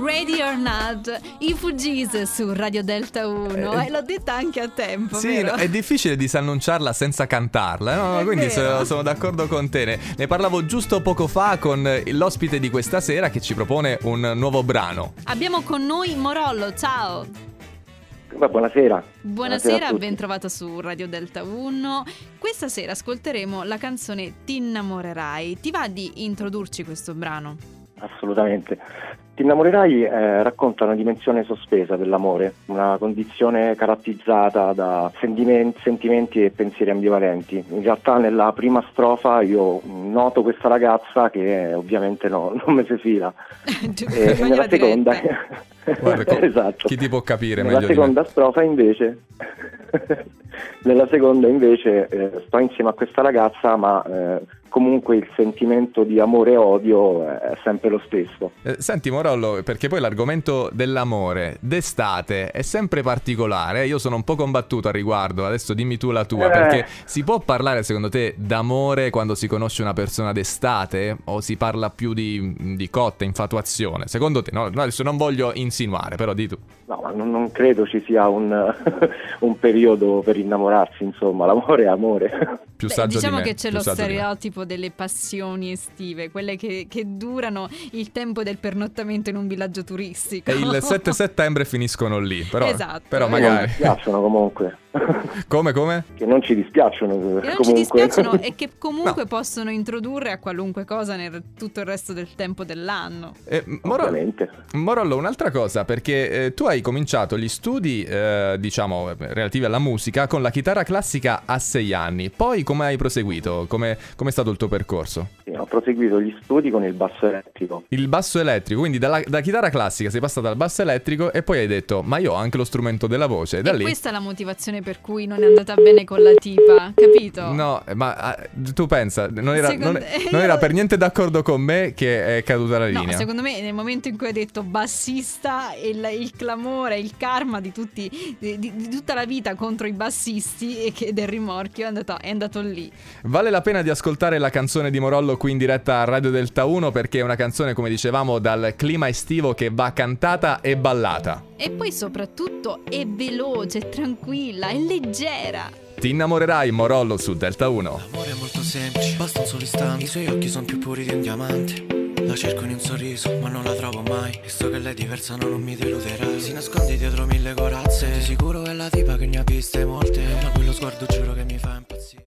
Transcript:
Ready or Not, i Fugees su Radio Delta 1, e l'ho detta anche a tempo, sì, vero? No, è difficile disannunciarla senza cantarla, no? Quindi sono d'accordo con te. Ne parlavo giusto poco fa con l'ospite di questa sera che ci propone un nuovo brano. Abbiamo con noi Morollo, ciao! Buonasera. Buonasera, ben trovato su Radio Delta 1. Questa sera ascolteremo la canzone Ti innamorerai. Ti va di introdurci questo brano? Assolutamente. Ti innamorerai racconta una dimensione sospesa dell'amore, una condizione caratterizzata da sentimenti e pensieri ambivalenti. In realtà nella prima strofa io noto questa ragazza che ovviamente non mi si fila. E nella seconda... Guarda, esatto. Chi ti può capire nella meglio seconda di me? Strofa invece nella seconda invece sto insieme a questa ragazza, ma comunque il sentimento di amore e odio è sempre lo stesso. Senti Morollo, perché poi l'argomento dell'amore d'estate è sempre particolare. Io sono un po' combattuto al riguardo, adesso dimmi tu la tua, perché si può parlare secondo te d'amore quando si conosce una persona d'estate, o si parla più di cotta, infatuazione? Secondo te? No, adesso non voglio insinuare, però di tu. No, ma non credo ci sia un periodo per innamorarsi, insomma, l'amore è amore. Più saggio diciamo di me, che c'è più lo saggio di me. stereotipo delle passioni estive, quelle che durano il tempo del pernottamento in un villaggio turistico. E il 7 settembre finiscono lì, però, Esatto. però Non magari... mi dispiacciono comunque. Come? Che non ci dispiacciono Che non comunque. ci dispiacciono e che comunque No. possono introdurre a qualunque cosa nel tutto il resto del tempo dell'anno. Ovviamente. Morollo, un'altra cosa, perché tu hai cominciato gli studi, diciamo, relativi alla musica con la chitarra classica a 6 anni. Poi come hai proseguito? Com'è stato il tuo percorso? Sì, ho proseguito gli studi con il basso elettrico. Il basso elettrico, quindi da chitarra classica sei passato al basso elettrico e poi hai detto, ma io ho anche lo strumento della voce. E da E lì... questa è la motivazione per cui non è andata bene con la tipa, capito? No, ma tu pensa, non era, Secondo- non era per niente d'accordo con me che è caduta la No, linea. secondo me nel momento in cui hai detto bassista, il clamore, il karma di tutta la vita contro i bassisti e del rimorchio è andato lì. Vale la pena di ascoltare la canzone di Morollo qui in diretta a Radio Delta 1, perché è una canzone, come dicevamo, dal clima estivo che va cantata e ballata. E poi soprattutto è veloce, è tranquilla, è leggera. Ti innamorerai, Morollo, su Delta 1. L'amore è molto semplice, basta un solo istante. I suoi occhi sono più puri di un diamante. La cerco in un sorriso, ma non la trovo mai. Visto che lei è diversa, no, non mi deluderai. Si nasconde dietro 1000 corazze. Di sicuro è la tipa che ne ha viste molte, ma quello sguardo giuro che mi fa impazzire.